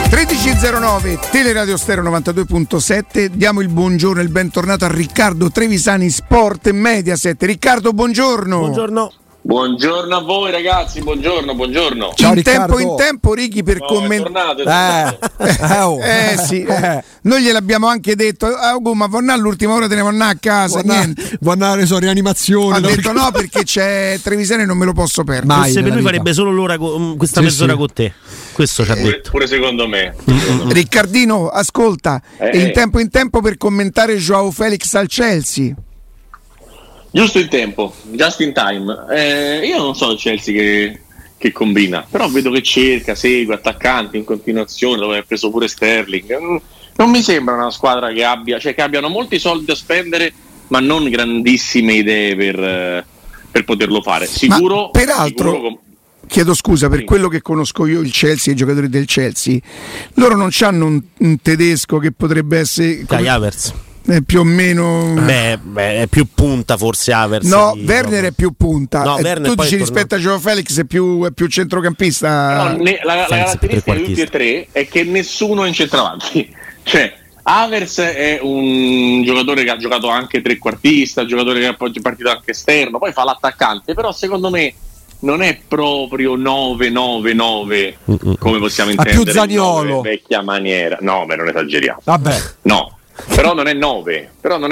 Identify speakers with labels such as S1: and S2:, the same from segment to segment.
S1: 13.09 Teleradio Stereo 92.7. Diamo il buongiorno e il bentornato a Riccardo Trevisani, Sport e Mediaset. Riccardo, buongiorno.
S2: Buongiorno.
S3: Buongiorno a voi ragazzi, buongiorno.
S1: Ciao, in
S2: Riccardo.
S1: tempo Righi per commentare. Sì. Noi gliel'abbiamo anche detto, ma Vonnà all'ultima ora te ne vanno a casa, niente.
S2: Vonnà ha reso rianimazione.
S1: Ha detto no, perché c'è Trevisani e non me lo posso perdere.
S4: Forse per lui farebbe solo l'ora questa mezz'ora con te. Questo ci ha detto.
S3: Pure secondo me.
S1: Riccardino, ascolta, in tempo per commentare Joao Felix al Chelsea.
S3: Giusto in tempo, just in time. Io non so il Chelsea che combina, però vedo che cerca, segue attaccanti in continuazione, dove ha preso pure Sterling. Non mi sembra una squadra che abbiano molti soldi da spendere, ma non grandissime idee per poterlo fare. Sicuro.
S1: Ma peraltro, chiedo scusa per quello che conosco io, il Chelsea, i giocatori del Chelsea, loro non c'hanno un tedesco che potrebbe essere
S4: Kai Havertz.
S1: Più o meno
S4: è più punta forse Havertz.
S1: No, Werner è più punta.
S4: No, Werner
S1: tu
S4: poi
S1: dici rispetto a Joao Felix è più
S3: No,
S1: centrocampista.
S3: la caratteristica di tutti e tre è che nessuno è in centravanti. Cioè Havertz è un giocatore che ha giocato anche trequartista, un giocatore che è partito anche esterno, poi fa l'attaccante, però secondo me non è proprio 9-9-9 come possiamo intendere,
S2: più Zaniolo,
S3: vecchia maniera. No, beh, non esageriamo.
S2: Vabbè.
S3: No. Però non è 9.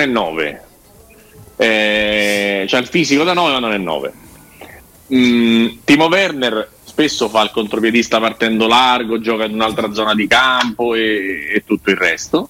S3: C'ha il fisico da 9, ma non è 9. Timo Werner spesso fa il contropiedista partendo largo, gioca in un'altra zona di campo e tutto il resto.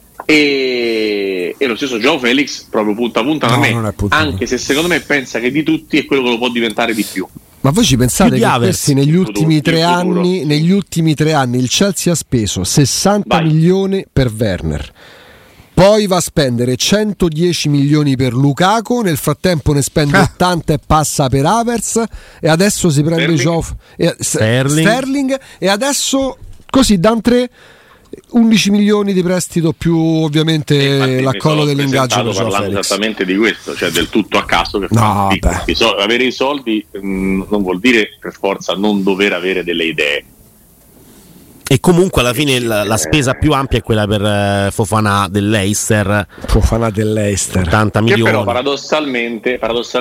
S3: E lo stesso Joao Felix proprio punta da me, anche se secondo me pensa che di tutti è quello che lo può diventare di più.
S2: Ma voi ci pensate che questi negli ultimi 3 anni il Chelsea ha speso 60 milioni per Werner, poi va a spendere 110 milioni per Lukaku, nel frattempo ne spende 80 e passa per Havertz, e adesso si prende Sterling, e adesso così dan 11 milioni di prestito più ovviamente l'accollo dell'ingaggio per Joao Felix.
S3: Esattamente di questo, cioè del tutto a caso che avere i soldi non vuol dire per forza non dover avere delle idee.
S4: E comunque alla fine la spesa più ampia è quella per Fofana dell'Leicester, 80 milioni.
S3: Che però paradossalmente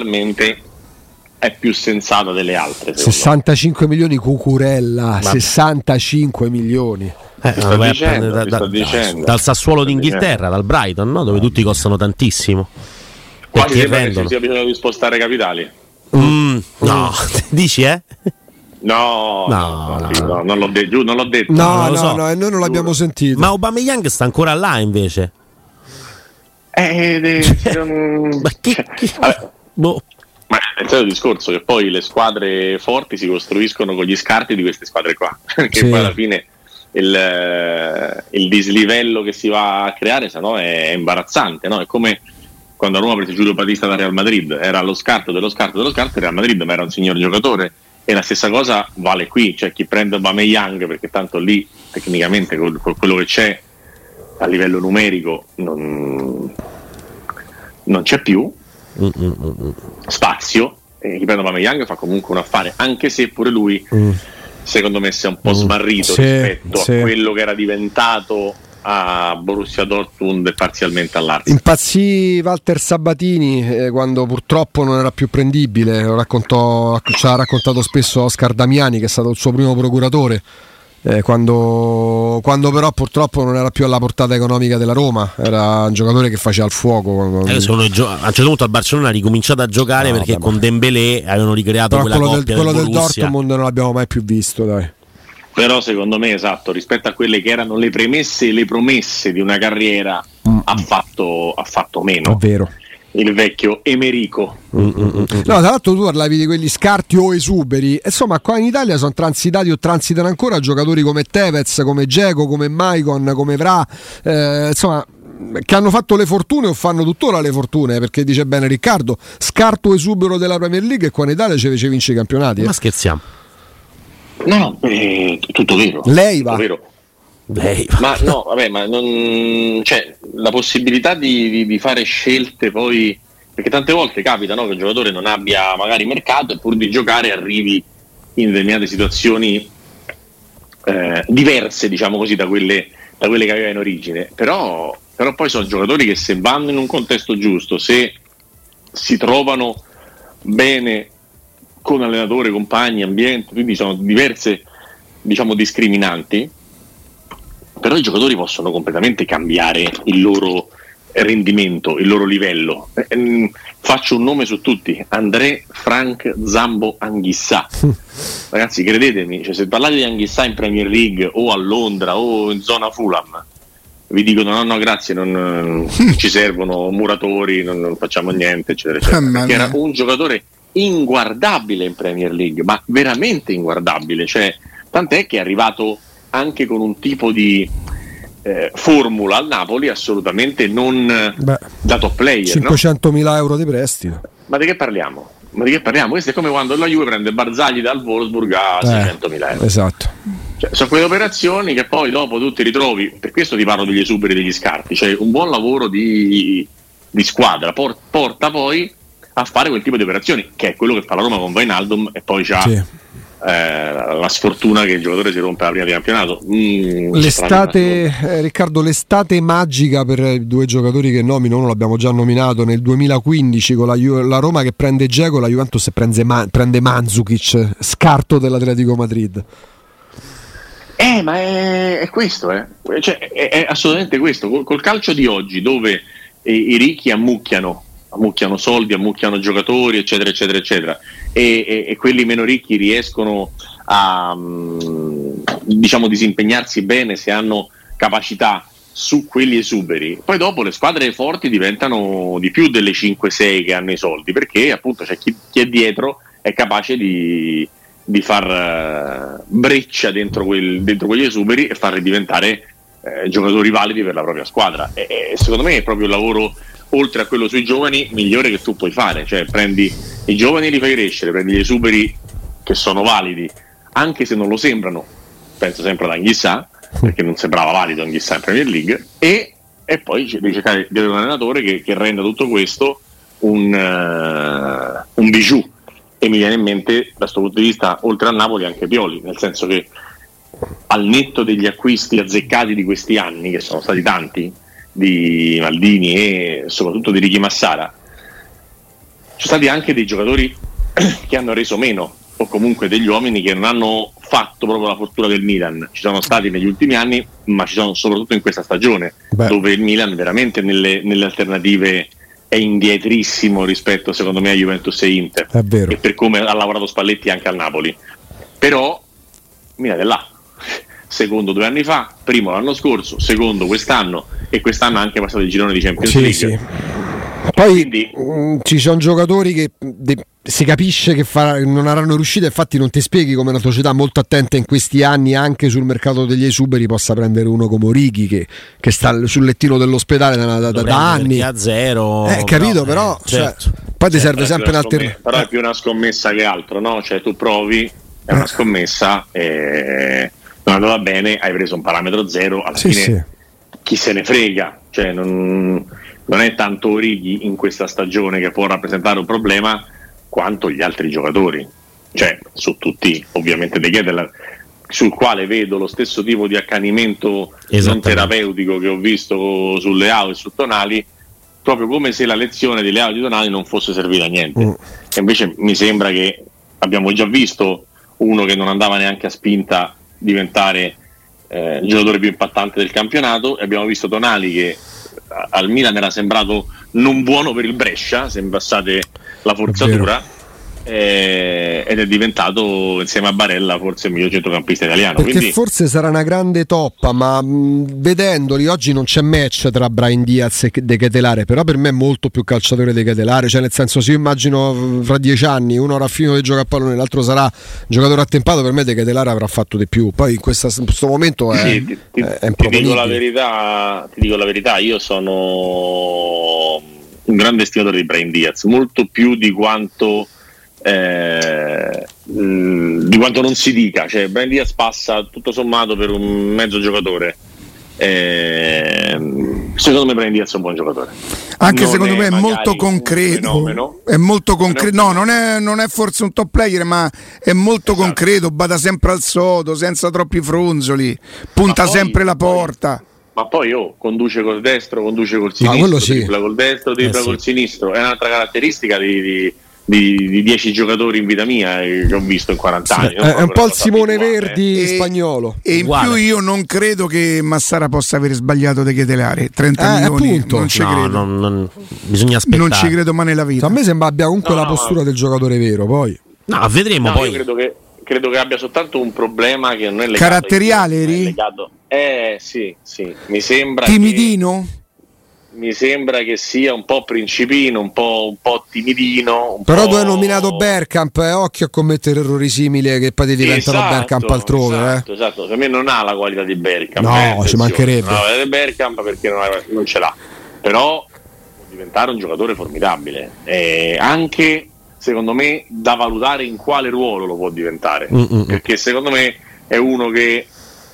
S3: è più sensata delle altre.
S2: 65 milioni Cucurella, 65 milioni.
S4: Dal Sassuolo d'Inghilterra, dal Brighton, no? Dove tutti costano tantissimo.
S3: Quasi sembra che ci sia bisogno di spostare capitali.
S4: No, dici
S3: No, non l'ho detto.
S2: No, noi non l'abbiamo sentito.
S4: Ma Aubameyang sta ancora là invece.
S3: Ma è il solito discorso che poi le squadre forti si costruiscono con gli scarti di queste squadre qua, perché poi alla fine il dislivello che si va a creare sennò è imbarazzante, no? È come quando Roma prese Giulio Battista da Real Madrid, era lo scarto dello Real Madrid, ma era un signor giocatore. E la stessa cosa vale qui, cioè chi prende Aubameyang, perché tanto lì tecnicamente con quello che c'è a livello numerico non c'è più spazio, e chi prende Aubameyang fa comunque un affare, anche se pure lui secondo me si è un po' smarrito rispetto a quello che era diventato a Borussia Dortmund e parzialmente all'Arsenal.
S2: Impazzì Walter Sabatini quando purtroppo non era più prendibile, ci ha raccontato spesso Oscar Damiani, che è stato il suo primo procuratore, quando però purtroppo non era più alla portata economica della Roma, era un giocatore che faceva il fuoco. A un
S4: certo punto al Barcellona ha ricominciato a giocare perché con Dembélé avevano ricreato quella coppia
S2: quello del
S4: Borussia.
S2: Dortmund non l'abbiamo mai più visto, dai.
S3: Però secondo me, esatto, rispetto a quelle che erano le premesse e le promesse di una carriera, ha fatto meno.
S2: È vero.
S3: Il vecchio Emerico.
S2: No, tra l'altro tu parlavi di quegli scarti o esuberi, insomma qua in Italia sono transitati o transitano ancora giocatori come Tevez, come Dzeko, come Maicon, come Vra, insomma, che hanno fatto le fortune o fanno tuttora le fortune, perché dice bene Riccardo, scarto o esubero della Premier League, e qua in Italia ci vince i campionati.
S4: Ma scherziamo?
S3: No, tutto vero.
S2: Lei va.
S3: Ma no, vabbè, ma non c'è la possibilità di fare scelte poi, perché tante volte capita, no, che il giocatore non abbia magari mercato e pur di giocare arrivi in determinate situazioni diverse, diciamo così, da quelle che aveva in origine, però poi sono giocatori che, se vanno in un contesto giusto, se si trovano bene con allenatore, compagni, ambiente, quindi sono diverse, diciamo, discriminanti, però i giocatori possono completamente cambiare il loro rendimento, il loro livello. Faccio un nome su tutti: André, Frank, Zambo, Anghissà. Ragazzi, credetemi, cioè, se parlate di Anghissà in Premier League o a Londra o in zona Fulham, vi dicono no grazie, non ci servono muratori, non facciamo niente, eccetera, eccetera. Perché era un giocatore inguardabile in Premier League, ma veramente inguardabile, cioè, tant'è che è arrivato anche con un tipo di formula al Napoli assolutamente non da top player,
S2: 500.000 euro di prestito.
S3: Ma di che parliamo? Questo è come quando la Juve prende Barzagli dal Wolfsburg a 600.000 euro.
S2: Esatto.
S3: Cioè, sono quelle operazioni che poi dopo tu ti ritrovi, per questo ti parlo degli esuberi degli scarti, cioè un buon lavoro di squadra porta poi a fare quel tipo di operazioni, che è quello che fa la Roma con Wijnaldum, e poi c'ha la sfortuna che il giocatore si rompe la prima di campionato.
S2: Riccardo, l'estate magica per i due giocatori che nomino, uno l'abbiamo già nominato nel 2015 con la Roma che prende Dzeko, la Juventus prende Mandzukic, scarto dell'Atletico Madrid.
S3: Ma è questo, cioè, è assolutamente questo. Col calcio di oggi, dove i ricchi ammucchiano soldi, ammucchiano giocatori, eccetera, eccetera, eccetera, e quelli meno ricchi riescono a, diciamo, disimpegnarsi bene se hanno capacità su quegli esuberi. Poi dopo le squadre forti diventano di più delle 5-6 che hanno i soldi, perché appunto c'è chi è dietro, è capace di far breccia dentro quegli esuberi e farli diventare giocatori validi per la propria squadra. E secondo me è proprio il lavoro, oltre a quello sui giovani, migliore che tu puoi fare. Cioè, prendi i giovani e li fai crescere, prendi gli esuberi che sono validi, anche se non lo sembrano, penso sempre ad Anghissà, perché non sembrava valido Anghissà in Premier League, e poi devi cercare di avere un allenatore che renda tutto questo un bijou. E mi viene in mente, da questo punto di vista, oltre a Napoli, anche Pioli, nel senso che, al netto degli acquisti azzeccati di questi anni, che sono stati tanti, di Maldini e soprattutto di Ricky Massara, ci sono stati anche dei giocatori che hanno reso meno, o comunque degli uomini che non hanno fatto proprio la fortuna del Milan. Ci sono stati negli ultimi anni, ma ci sono soprattutto in questa stagione, dove il Milan veramente nelle alternative è indietrissimo rispetto, secondo me, a Juventus e Inter, e per come ha lavorato Spalletti anche al Napoli. Però mirate là, secondo 2 anni fa, primo l'anno scorso, secondo quest'anno, e quest'anno anche passato il girone di Champions League.
S2: Sì. Poi ci sono giocatori che si capisce che non avranno riuscito, infatti non ti spieghi come una società molto attenta in questi anni anche sul mercato degli esuberi possa prendere uno come Orighi che sta sul lettino dell'ospedale da anni
S4: a zero.
S2: Capito, però certo. Cioè, poi ti serve sempre un'alternativa.
S3: Però è più una scommessa che altro, no? Cioè tu provi, è una scommessa, non andava bene, hai preso un parametro zero, alla fine chi se ne frega, cioè non è tanto Orighi in questa stagione che può rappresentare un problema, quanto gli altri giocatori, cioè su tutti ovviamente De Ketelaere, sul quale vedo lo stesso tipo di accanimento non terapeutico che ho visto su Leao e su Tonali, proprio come se la lezione di Leao e di Tonali non fosse servita a niente. E invece mi sembra che abbiamo già visto uno che non andava neanche a spinta diventare il giocatore più impattante del campionato, e abbiamo visto Tonali che al Milan era sembrato non buono per il Brescia, se mi passate la forzatura, ed è diventato, insieme a Barella, forse il miglior centrocampista italiano.
S2: Perché
S3: quindi
S2: forse sarà una grande toppa, ma vedendoli oggi non c'è match tra Brahim Diaz e De Ketelaere, però per me è molto più calciatore De Ketelaere, cioè nel senso, se io immagino fra 10 anni uno avrà finito di giocare a pallone, l'altro sarà giocatore attempato, per me De Ketelaere avrà fatto di più. Poi in questo momento è
S3: ti dico la verità, io sono un grande estimatore di Brahim Diaz, molto più di quanto non si dica. Cioè Brahim Diaz passa tutto sommato per un mezzo giocatore. Secondo me Brahim Diaz è un buon giocatore.
S1: anche secondo me è molto concreto, è molto concreto. No, non è forse un top player, ma è molto concreto, bada sempre al sodo, senza troppi fronzoli, punta sempre la porta.
S3: Ma poi conduce col destro, conduce col sinistro, tripla col destro, tripla col sinistro. È un'altra caratteristica di 10 giocatori in vita mia che ho visto in 40 anni.
S2: È un po' il Simone Verdi spagnolo.
S1: E in più io non credo che Massara possa aver sbagliato De Ketelare 30 milioni.
S2: Appunto.
S1: Non ci credo.
S4: Non bisogna aspettare.
S1: Non ci credo mai nella vita.
S2: A me sembra abbia comunque la postura del giocatore vero. Poi
S4: vedremo. Poi
S3: io credo che abbia soltanto un problema che non è legato
S1: caratteriale,
S3: sì, mi sembra
S1: timidino.
S3: Mi sembra che sia un po' principino, un po' timidino.
S2: Però tu hai nominato Bergkamp, occhio a commettere errori simili che poi ti diventano Bergkamp altrove.
S3: Esatto, per me non ha la qualità di Bergkamp.
S2: No, ci mancherebbe.
S3: Non ha la qualità di Bergkamp perché non ce l'ha. Però può diventare un giocatore formidabile. Anche, secondo me, da valutare in quale ruolo lo può diventare. Perché secondo me è uno che,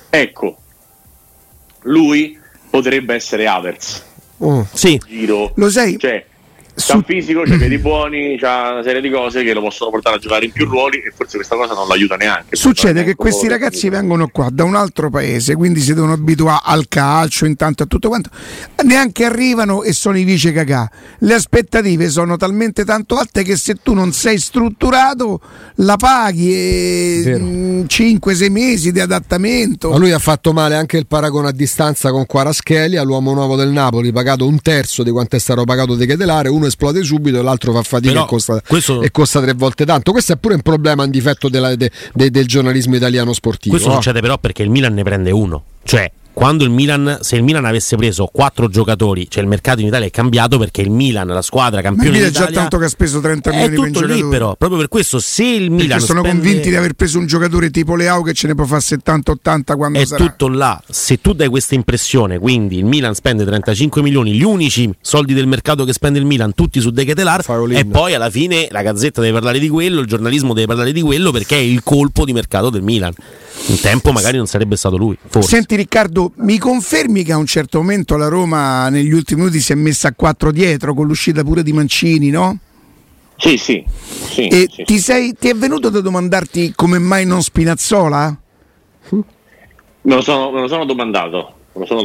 S3: lui potrebbe essere Havertz.
S4: Sì,
S3: giro,
S1: lo sai,
S3: c'ha un fisico, c'ha piedi buoni, c'ha una serie di cose che lo possono portare a giocare in più ruoli e forse questa cosa non l'aiuta neanche.
S1: Succede che questi ragazzi vengono qua da un altro paese, quindi si devono abituare al calcio, intanto a tutto quanto, neanche arrivano e sono i vice cacà. Le aspettative sono talmente tanto alte che se tu non sei strutturato la paghi e 5-6 mesi di adattamento.
S2: Ma lui ha fatto male anche il paragone a distanza con Kvaratskhelia, l'uomo nuovo del Napoli, pagato un terzo di quanto è stato pagato De Ketelare. Uno esplode subito e l'altro fa fatica e costa 3 volte tanto. Questo è pure un problema, un difetto del giornalismo italiano sportivo.
S4: Questo succede però perché il Milan ne prende uno, cioè quando se il Milan avesse preso 4 giocatori, cioè il mercato in Italia è cambiato perché il Milan, la squadra campione d'Italia,
S1: è già tanto che ha speso 30 milioni per un giocatore.
S4: Però proprio per questo, se il Milan
S1: sono convinti di aver preso un giocatore tipo Leao che ce ne può fare 70-80 quando
S4: è
S1: sarà.
S4: Tutto là. Se tu dai questa impressione, quindi il Milan spende 35 milioni, gli unici soldi del mercato che spende il Milan tutti su De Ketelare, e poi alla fine la Gazzetta deve parlare di quello, il giornalismo deve parlare di quello, perché è il colpo di mercato del Milan. Un tempo magari non sarebbe stato lui, forse.
S1: Senti Riccardo, mi confermi che a un certo momento la Roma negli ultimi minuti si è messa a 4 dietro con l'uscita pure di Mancini, no?
S3: Sì.
S1: E ti è venuto da domandarti come mai non Spinazzola?
S3: Me lo sono domandato.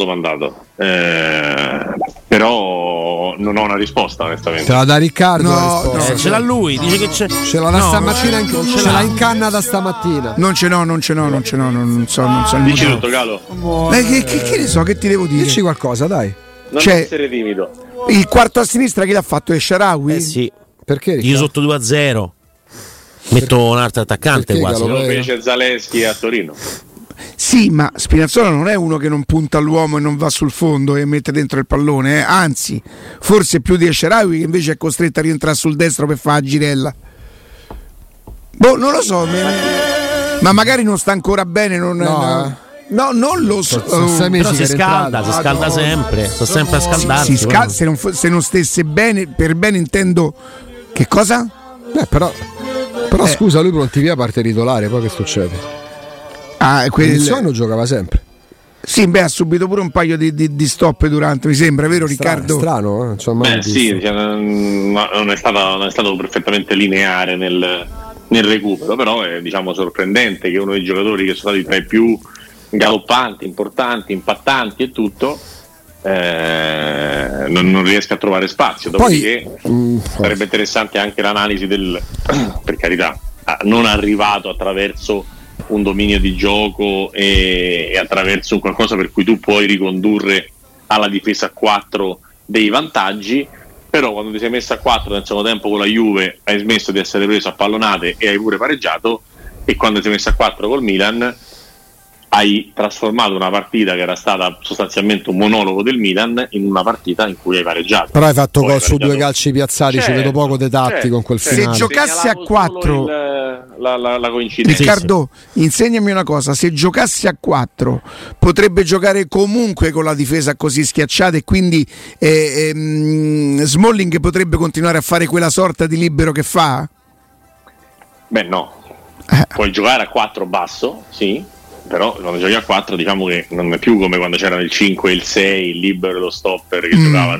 S3: Però non ho una risposta, onestamente.
S2: Te la dà Riccardo?
S1: No,
S4: ce l'ha lui, dice che c'è.
S2: Ce l'ha stamattina, ce l'ha in canna da stamattina.
S1: Non ce n'ho, non so.
S3: Dici tutto, Galo.
S1: Che ne so, che ti devo dire?
S2: Dici qualcosa, dai.
S3: Non essere timido.
S1: Il quarto a sinistra chi l'ha fatto? È Shaarawy?
S4: Sì.
S2: Perché? Riccardo?
S4: Io sotto 2-0. Metto un altro attaccante quasi.
S3: Lo fece Zaleschi a Torino.
S1: Sì, ma Spinazzola non è uno che non punta all'uomo e non va sul fondo e mette dentro il pallone, anzi, forse più di Shaarawy, che invece è costretto a rientrare sul destro per fare la girella. Non lo so, ma magari non sta ancora bene, non lo so.
S4: Però si scalda sempre, sta sempre a scaldarsi.
S1: Se non stesse bene, per bene intendo che cosa?
S2: Però scusa, lui pronti via parte titolare, poi che succede? Il sonno giocava sempre.
S1: Sì, ha subito pure un paio di stop durante, mi sembra, vero Riccardo?
S2: Strano,
S3: non è stato perfettamente lineare nel recupero, però è sorprendente che uno dei giocatori che sono stati tra i più galoppanti, importanti, impattanti e tutto non riesca a trovare spazio. Dopodiché sarebbe interessante anche l'analisi per carità, non arrivato attraverso un dominio di gioco e attraverso un qualcosa per cui tu puoi ricondurre alla difesa a 4 dei vantaggi, però quando ti sei messo a 4 nel secondo tempo con la Juve hai smesso di essere preso a pallonate e hai pure pareggiato, e quando ti sei messo a 4 col Milan hai trasformato una partita che era stata sostanzialmente un monologo del Milan in una partita in cui hai pareggiato.
S2: Però hai fatto gol su 2 calci piazzati, ci vedo poco di tattico con quel finale.
S1: Se giocassi a 4
S3: la coincidenza.
S1: Riccardo, insegnami una cosa, se giocassi a 4 potrebbe giocare comunque con la difesa così schiacciata e quindi Smalling potrebbe continuare a fare quella sorta di libero che fa?
S3: Beh no, puoi giocare a 4 basso, sì, però quando giochi a 4 diciamo che non è più come quando c'erano il 5 e il 6, il libero e lo stopper che giocavano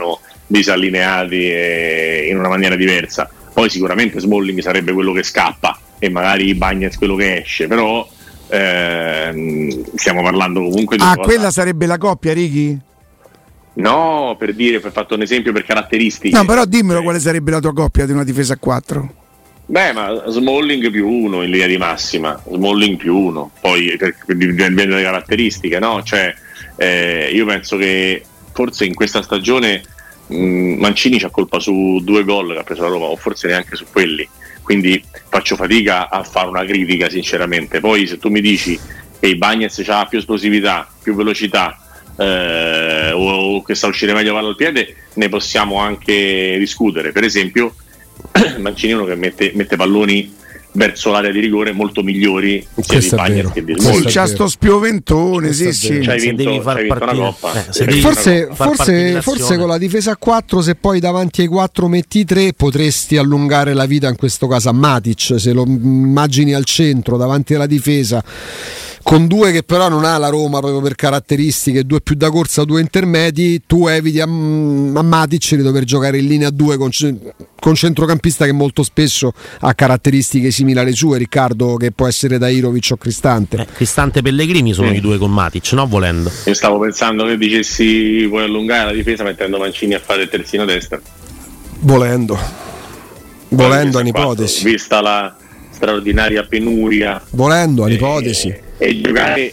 S3: disallineati in una maniera diversa. Poi sicuramente Smalling sarebbe quello che scappa e magari Bagnez quello che esce, però stiamo parlando comunque di
S1: quella sarebbe la coppia, Ricky?
S3: No, per fatto un esempio per caratteristiche.
S1: No, però dimmelo quale sarebbe la tua coppia di una difesa a 4.
S3: Beh, ma Smalling più 1 in linea di massima, Smalling più 1, poi dipende dalle caratteristiche, no? Cioè, io penso che forse in questa stagione Mancini c'ha colpa su 2 gol che ha preso la Roma, o forse neanche su quelli, quindi faccio fatica a fare una critica sinceramente. Poi se tu mi dici che Bagnez ha più esplosività, più velocità, o che sa uscire meglio palla al piede, ne possiamo anche discutere. Per esempio Mancini è uno che mette palloni verso l'area di rigore molto migliori sia di Bagnez che di Smalling.
S1: C'ha sto spioventone, sì.
S3: C'hai vinto una coppa.
S2: Forse con la difesa a 4, se poi davanti ai 4 metti 3, potresti allungare la vita in questo caso a Matic, se lo immagini al centro davanti alla difesa, con 2 che però non ha la Roma proprio per caratteristiche, 2 più da corsa, 2 intermedi, tu eviti a Matic di dover giocare in linea 2 con centrocampista che molto spesso ha caratteristiche simili alle sue, Riccardo, che può essere Dairovic o Cristante.
S4: Cristante e Pellegrini sono i 2 con Matic, no? Volendo.
S3: Io stavo pensando che dicessi puoi allungare la difesa mettendo Mancini a fare il terzino destra.
S2: Volendo a un'ipotesi.
S3: Vista la straordinaria penuria.
S2: Volendo a un'ipotesi.
S3: E giocare.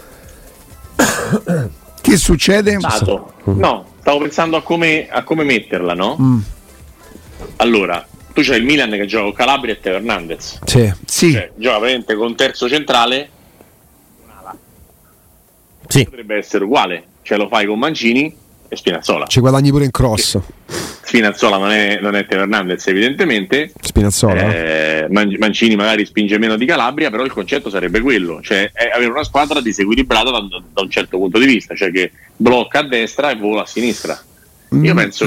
S1: Che succede?
S3: No, stavo pensando a come metterla, no? Allora, tu c'hai il Milan che gioca con Calabria e Teo Hernandez.
S1: Sì.
S3: Cioè, gioca praticamente con terzo centrale.
S4: Sì.
S3: Potrebbe essere uguale, cioè lo fai con Mancini e Spinazzola.
S2: Ci guadagni pure in cross.
S3: Spinazzola non è Teo Hernandez evidentemente.
S2: Spinazzola.
S3: Mancini magari spinge meno di Calabria, però il concetto sarebbe quello, cioè avere una squadra disequilibrata da un certo punto di vista, cioè che blocca a destra e vola a sinistra. Io penso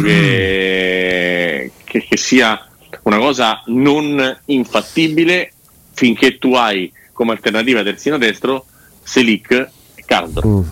S3: che sia una cosa non infattibile finché tu hai come alternativa terzino destro Selic e Cardo.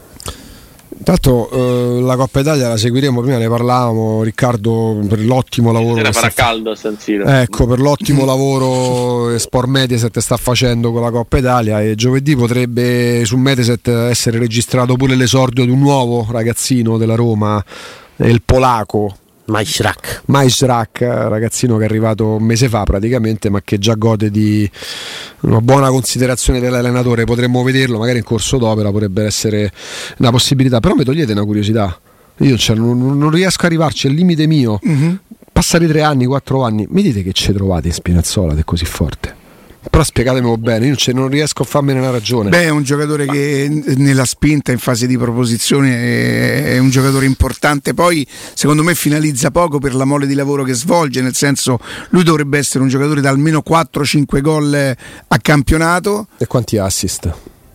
S2: Tanto la Coppa Italia la seguiremo, prima ne parlavamo, Riccardo, per l'ottimo lavoro
S3: che farà caldo a San Siro.
S2: Ecco, per l'ottimo lavoro che Sport Mediaset sta facendo con la Coppa Italia, e giovedì potrebbe su Mediaset essere registrato pure l'esordio di un nuovo ragazzino della Roma, il polacco Majsrak, ragazzino che è arrivato un mese fa praticamente, ma che già gode di una buona considerazione dell'allenatore. Potremmo vederlo magari in corso d'opera, potrebbe essere una possibilità. Però mi togliete una curiosità, io non riesco a arrivarci, è il limite mio. Passati 3 anni, 4 anni, mi dite che ci trovate in Spinazzola ed è così forte? Però spiegatemelo bene, io non riesco a farmene una ragione.
S1: Beh, è un giocatore che nella spinta, in fase di proposizione, è un giocatore importante. Poi secondo me finalizza poco per la mole di lavoro che svolge, nel senso, lui dovrebbe essere un giocatore da almeno 4-5 gol a campionato.
S2: E quanti assist?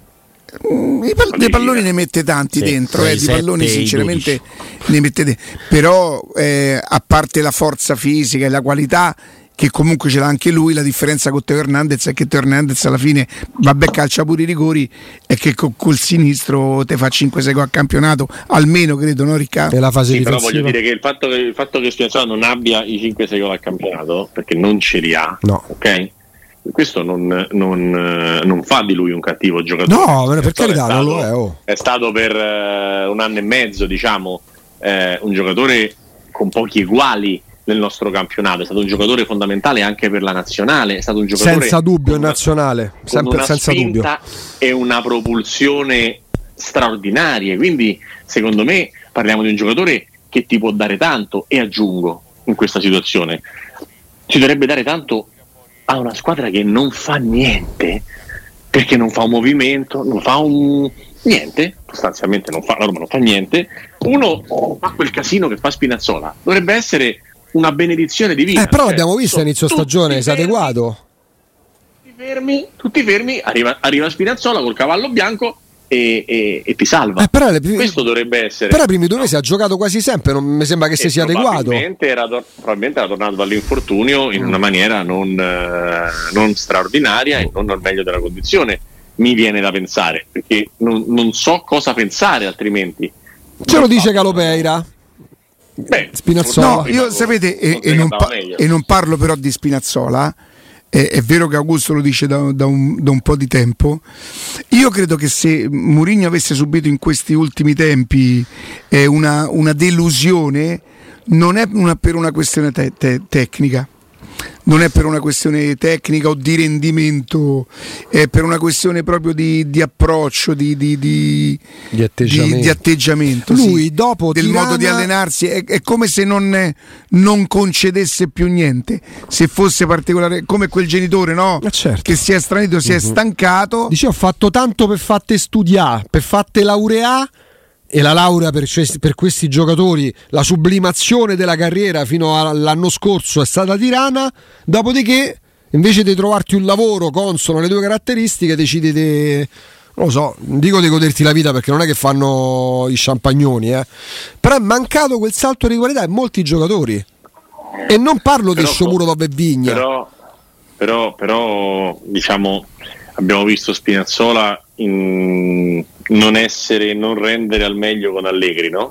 S1: Dei palloni ne mette tanti dentro, di palloni sinceramente ne mette dentro. Però a parte la forza fisica e la qualità, che comunque ce l'ha anche lui, la differenza con Teo Hernandez è che Teo Hernandez alla fine vabbè calcia pure i rigori, e che col sinistro te fa 5-6 gol a campionato almeno, credo, no Riccardo?
S2: E la fase
S3: difensiva. Però voglio dire che il fatto che Spinazzola non abbia i 5-6 gol a campionato, perché non ce li ha,
S2: no.
S3: Ok? Questo non fa di lui un cattivo giocatore.
S2: No, per carità, non lo è.
S3: È stato per 1 anno e mezzo, diciamo, un giocatore con pochi eguali nel nostro campionato, è stato un giocatore fondamentale anche per la nazionale, è stato un giocatore
S2: senza dubbio in nazionale, sempre senza dubbio,
S3: e una propulsione straordinaria, quindi secondo me parliamo di un giocatore che ti può dare tanto, e aggiungo, in questa situazione ci dovrebbe dare tanto a una squadra che non fa niente, perché non fa un movimento, non fa niente, sostanzialmente la Roma non fa niente. Uno fa quel casino che fa Spinazzola, dovrebbe essere una benedizione divina.
S2: Però l'abbiamo visto all'inizio stagione, si è adeguato.
S3: Tutti fermi, arriva Spinazzola col cavallo bianco e ti salva. Questo dovrebbe essere.
S2: Però i primi 2 mesi ha giocato quasi sempre, non mi sembra che si sia adeguato.
S3: Probabilmente era tornato dall'infortunio in una maniera non straordinaria e non al meglio della condizione, mi viene da pensare, perché non so cosa pensare altrimenti.
S2: Ce lo dice Calopeira. Spinazzola.
S1: No, io sapete, e non parlo però di Spinazzola. È vero che Augusto lo dice da un po' di tempo. Io credo che se Mourinho avesse subito in questi ultimi tempi una delusione, non è per una questione tecnica. Non è per una questione tecnica o di rendimento, è per una questione proprio di approccio, di atteggiamento.
S2: Lui
S1: sì,
S2: dopo
S1: del
S2: Tirana...
S1: modo di allenarsi è come se non concedesse più niente, se fosse particolare, come quel genitore, no?
S2: Certo.
S1: Che si è stranito, si è stancato.
S2: Dice: ho fatto tanto per fatte studiare, per fatte laureare. E la laurea per questi giocatori, la sublimazione della carriera fino all'anno scorso è stata Tirana. Dopodiché, invece di trovarti un lavoro consono alle tue caratteristiche, decidi non lo so, non dico di goderti la vita perché non è che fanno i champagnoni, però è mancato quel salto di qualità in molti giocatori. E non parlo di Shomurodov e Vigna.
S3: Però diciamo, abbiamo visto Spinazzola non rendere al meglio con Allegri, no?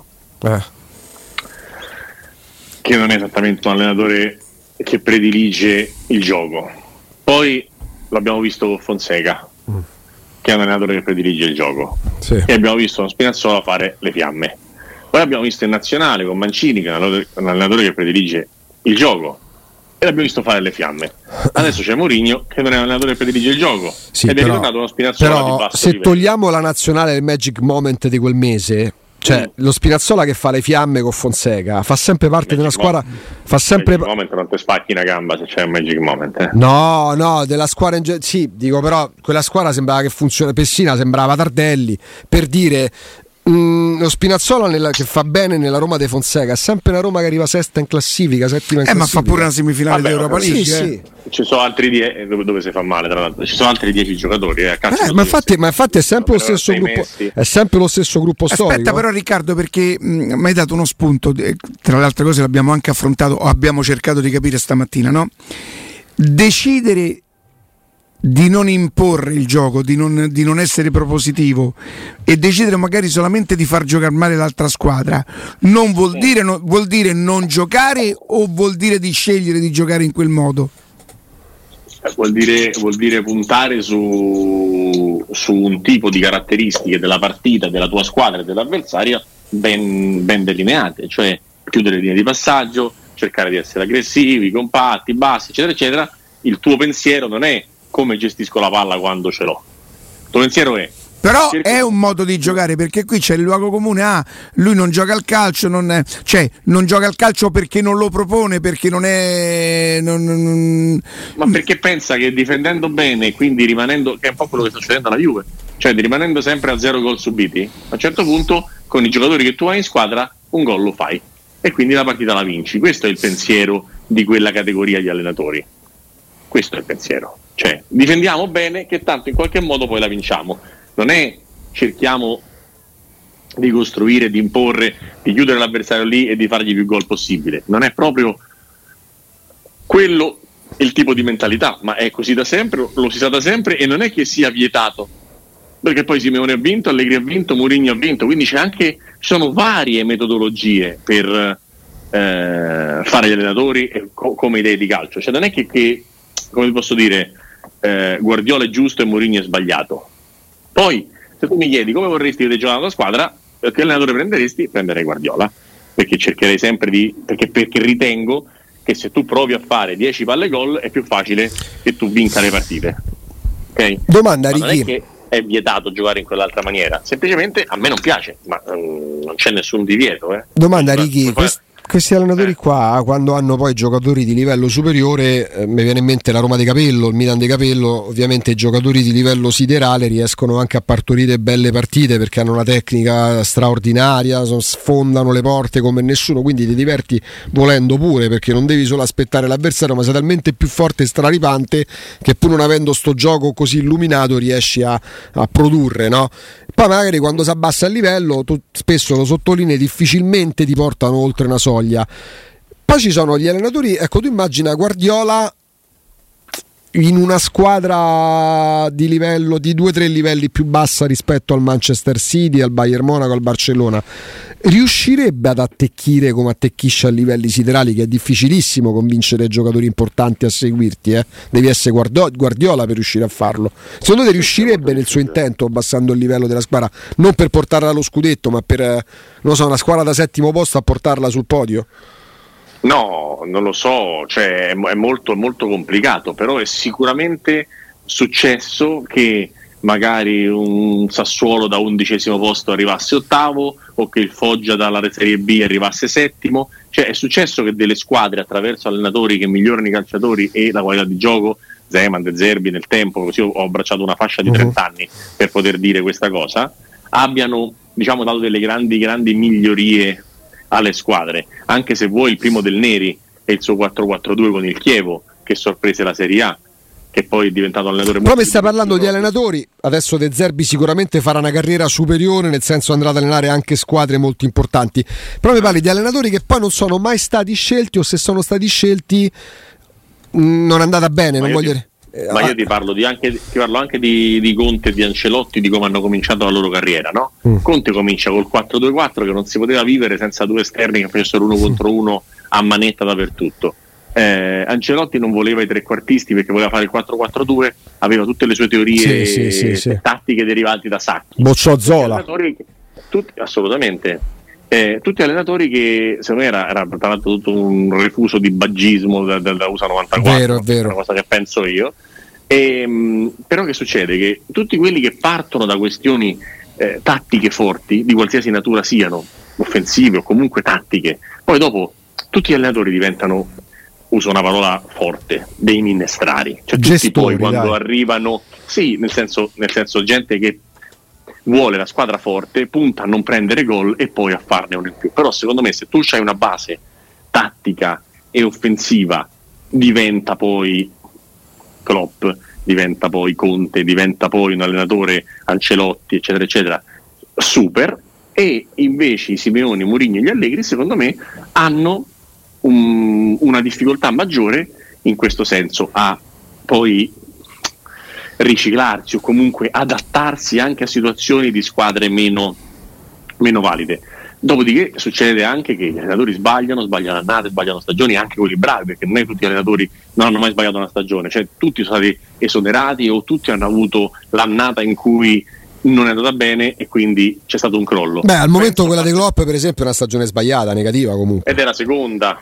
S3: Che non è esattamente un allenatore che predilige il gioco. Poi l'abbiamo visto con Fonseca, che è un allenatore che predilige il gioco,
S2: sì.
S3: E abbiamo visto con Spinazzola fare le fiamme. Poi l'abbiamo visto in nazionale con Mancini, che è un allenatore che predilige il gioco, e l'abbiamo visto fare le fiamme. Adesso c'è Mourinho, che non è un allenatore che predilige il gioco,
S2: sì,
S3: ed è ritornato uno Spinazzola
S2: però,
S3: di basso
S2: se
S3: livello.
S2: togliamo la nazionale del Magic Moment di quel mese, cioè lo Spinazzola che fa le fiamme con Fonseca fa sempre parte della squadra, fa sempre
S3: Magic Moment non ti spacchi una gamba se c'è un Magic Moment,
S2: No, della squadra sì, dico, però quella squadra sembrava che funziona. Pessina sembrava Tardelli, per dire. Lo Spinazzola che fa bene nella Roma de Fonseca è sempre una Roma che arriva sesta in classifica, settima in classifica.
S1: Ma fa pure una semifinale d'Europa League.
S2: Sì.
S3: Ci sono altri 10 dove si fa male, tra l'altro. Ci sono altri 10 giocatori.
S2: Ma infatti è sempre lo stesso gruppo. È sempre lo stesso gruppo storico.
S1: Aspetta, però, Riccardo, perché mi hai dato uno spunto. Tra le altre cose l'abbiamo anche affrontato, o abbiamo cercato di capire stamattina, no? Decidere di non imporre il gioco, di non essere propositivo e decidere magari solamente di far giocare male l'altra squadra, non vuol dire non giocare, o vuol dire di scegliere di giocare in quel modo?
S3: Vuol dire puntare su un tipo di caratteristiche della partita, della tua squadra e dell'avversaria ben delineate, cioè chiudere le linee di passaggio, cercare di essere aggressivi, compatti, bassi, eccetera eccetera. Il tuo pensiero non è come gestisco la palla quando ce l'ho. Il tuo pensiero
S1: però è un modo di giocare, perché qui c'è il luogo comune. Lui non gioca al calcio, non gioca al calcio perché non lo propone, perché non è
S3: ma perché pensa che difendendo bene, quindi rimanendo, che è un po' quello che sta succedendo alla Juve, cioè rimanendo sempre a 0 gol subiti, a un certo punto con i giocatori che tu hai in squadra un gol lo fai e quindi la partita la vinci. Questo è il pensiero di quella categoria di allenatori. Questo è il pensiero. Cioè, difendiamo bene che tanto in qualche modo poi la vinciamo. Non è cerchiamo di costruire, di imporre, di chiudere l'avversario lì e di fargli più gol possibile. Non è proprio quello il tipo di mentalità, ma è così da sempre, lo si sa da sempre, e non è che sia vietato. Perché poi Simeone ha vinto, Allegri ha vinto, Mourinho ha vinto, quindi ci sono varie metodologie per fare gli allenatori come idee di calcio. Cioè non è che come posso dire, Guardiola è giusto e Mourinho è sbagliato. Poi se tu mi chiedi come vorresti vedere giocare la tua squadra, che allenatore prenderei Guardiola, perché cercherei sempre perché ritengo che se tu provi a fare 10 palle gol è più facile che tu vinca le partite. Okay?
S2: Domanda,
S3: ma non
S2: Ricky.
S3: è che è vietato giocare in quell'altra maniera, semplicemente a me non piace, ma non c'è nessun divieto.
S2: Domanda, Ricky. Questi allenatori qua, quando hanno poi giocatori di livello superiore, mi viene in mente la Roma di Capello, il Milan di Capello, ovviamente i giocatori di livello siderale riescono anche a partorire belle partite perché hanno una tecnica straordinaria, sfondano le porte come nessuno, quindi ti diverti volendo pure, perché non devi solo aspettare l'avversario, ma sei talmente più forte e straripante che pur non avendo sto gioco così illuminato riesci a produrre, no? Poi magari quando si abbassa il livello, tu spesso lo sottolinei, difficilmente ti portano oltre una soglia. Poi ci sono gli allenatori, ecco, tu immagina Guardiola in una squadra di livello di 2-3 livelli più bassa rispetto al Manchester City, al Bayern Monaco, al Barcellona, riuscirebbe ad attecchire come attecchisce a livelli siderali, che è difficilissimo convincere giocatori importanti a seguirti, devi essere Guardiola per riuscire a farlo. Secondo te riuscirebbe nel suo intento, abbassando il livello della squadra, non per portarla allo scudetto, ma per una squadra da settimo posto a portarla sul podio?
S3: No, non lo so, cioè è molto complicato, però è sicuramente successo che magari un Sassuolo da 11° posto arrivasse ottavo, o che il Foggia dalla Serie B arrivasse settimo. Cioè è successo che delle squadre, attraverso allenatori che migliorano i calciatori e la qualità di gioco, Zeman, De Zerbi nel tempo, così ho abbracciato una fascia di 30 anni per poter dire questa cosa, abbiano dato delle grandi migliorie alle squadre. Anche se vuoi, il primo del Neri è il suo 4-4-2 con il Chievo, che sorprese la Serie A, che poi è diventato allenatore.
S2: Però mi stai parlando di allenatori, adesso De Zerbi sicuramente farà una carriera superiore, nel senso andrà ad allenare anche squadre molto importanti, però mi parli di allenatori che poi non sono mai stati scelti, o se sono stati scelti non è andata bene.
S3: Ma io ti parlo anche di Conte e di Ancelotti, di come hanno cominciato la loro carriera, no? Conte comincia col 4-2-4, che non si poteva vivere senza due esterni che facessero uno contro uno a manetta dappertutto. Ancelotti non voleva i trequartisti perché voleva fare il 4-4-2, aveva tutte le sue teorie tattiche derivate da Sacchi.
S2: Bocciò Zola.
S3: Assolutamente. Tutti allenatori che secondo me era tra l'altro tutto un refuso di baggismo da USA 94,
S2: vero.
S3: Una cosa che penso io. Però che succede? Che tutti quelli che partono da questioni tattiche forti, di qualsiasi natura siano, offensive o comunque tattiche, poi dopo tutti gli allenatori diventano, uso una parola forte, dei minestrari. Cioè tutti poi quando arrivano, nel senso gente che vuole la squadra forte, punta a non prendere gol e poi a farne uno in più. Però secondo me, se tu hai una base tattica e offensiva, diventa poi Klopp, diventa poi Conte, diventa poi un allenatore Ancelotti, eccetera eccetera, super. E invece i Simeoni, Mourinho e gli Allegri, secondo me, hanno una difficoltà maggiore in questo senso a poi riciclarsi o comunque adattarsi anche a situazioni di squadre meno valide. Dopodiché succede anche che gli allenatori sbagliano annate, sbagliano stagioni, anche quelli bravi, perché non è che tutti gli allenatori non hanno mai sbagliato una stagione, cioè tutti sono stati esonerati o tutti hanno avuto l'annata in cui non è andata bene e quindi c'è stato un crollo.
S2: Al momento quella di Klopp per esempio è una stagione sbagliata, negativa comunque.
S3: Ed è la seconda.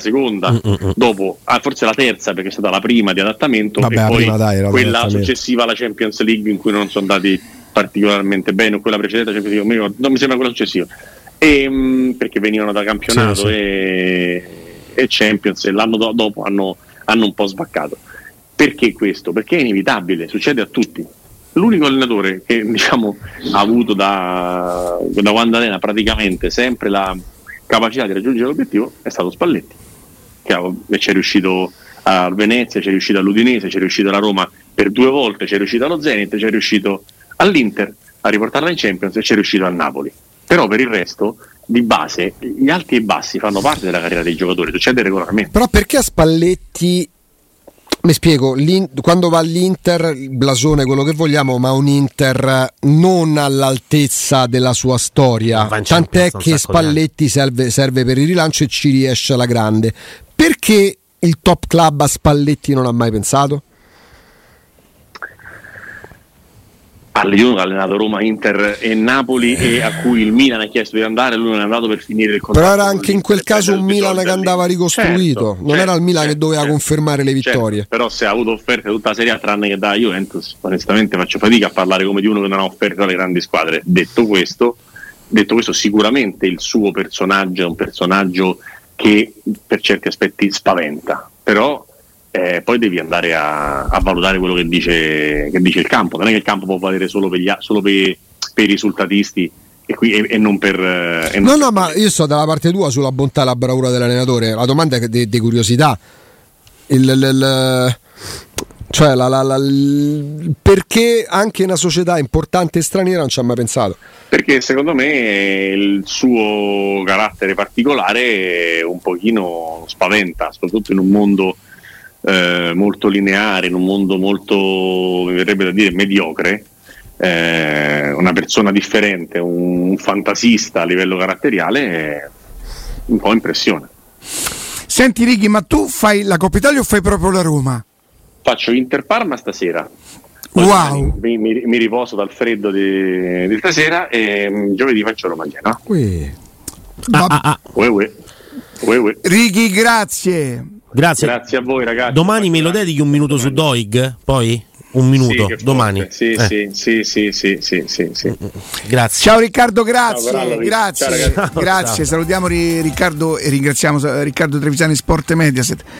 S3: Dopo, forse la terza, perché è stata la prima di adattamento. E poi quella successiva alla Champions League in cui non sono andati particolarmente bene, o quella precedente Champions League, non mi sembra quella successiva. Perché venivano da campionato e Champions, e l'anno dopo hanno un po' sbaccato. Perché questo? Perché è inevitabile, succede a tutti. L'unico allenatore che ha avuto da quando allena praticamente sempre la capacità di raggiungere l'obiettivo è stato Spalletti, che ci è riuscito a Venezia, ci è riuscito all'Udinese, ci è riuscito alla Roma per 2 volte, ci è riuscito allo Zenit, ci è riuscito all'Inter a riportarla in Champions e ci è riuscito al Napoli. Però per il resto, di base, gli alti e bassi fanno parte della carriera dei giocatori, succede regolarmente.
S2: Però perché a Spalletti, mi spiego, quando va all'Inter, il blasone, quello che vogliamo, ma un Inter non all'altezza della sua storia, tant'è che Spalletti serve per il rilancio e ci riesce alla grande. Perché il top club a Spalletti non ha mai pensato?
S3: Io ho allenato Roma, Inter e Napoli, e a cui il Milan ha chiesto di andare, lui non è andato per finire il contratto.
S2: Però era anche in quel caso un Milan che andava ricostruito, non era il Milan che doveva confermare le vittorie.
S3: Però se ha avuto offerte tutta la Serie A tranne che da Juventus, onestamente faccio fatica a parlare come di uno che non ha offerte dalle grandi squadre. Detto questo, sicuramente il suo personaggio è un personaggio che per certi aspetti spaventa, però poi devi andare a valutare quello che dice il campo. Non è che il campo può valere solo per i risultatisti e non per
S2: no, ma io sto dalla parte tua sulla bontà e la bravura dell'allenatore. La domanda è di curiosità, cioè perché anche una società importante straniera non ci ha mai pensato?
S3: Perché secondo me il suo carattere particolare un pochino spaventa, soprattutto in un mondo molto lineare, in un mondo molto, mi verrebbe da dire, mediocre, una persona differente, un fantasista a livello caratteriale, un po' impressione.
S1: Senti Righi, ma tu fai la Coppa Italia o fai proprio la Roma?
S3: Faccio Inter-Parma stasera.
S1: Wow.
S3: Mi riposo dal freddo di stasera e giovedì faccio Roma-Genoa.
S1: Righi, grazie.
S4: Grazie
S3: a voi ragazzi.
S4: Domani me lo dedichi un minuto su Doig? Poi? Un minuto, domani.
S3: Sì.
S4: Grazie.
S1: Ciao Riccardo, grazie.
S3: Ciao,
S1: Grazie. Salutiamo Riccardo e ringraziamo Riccardo Trevisani, Sport Mediaset.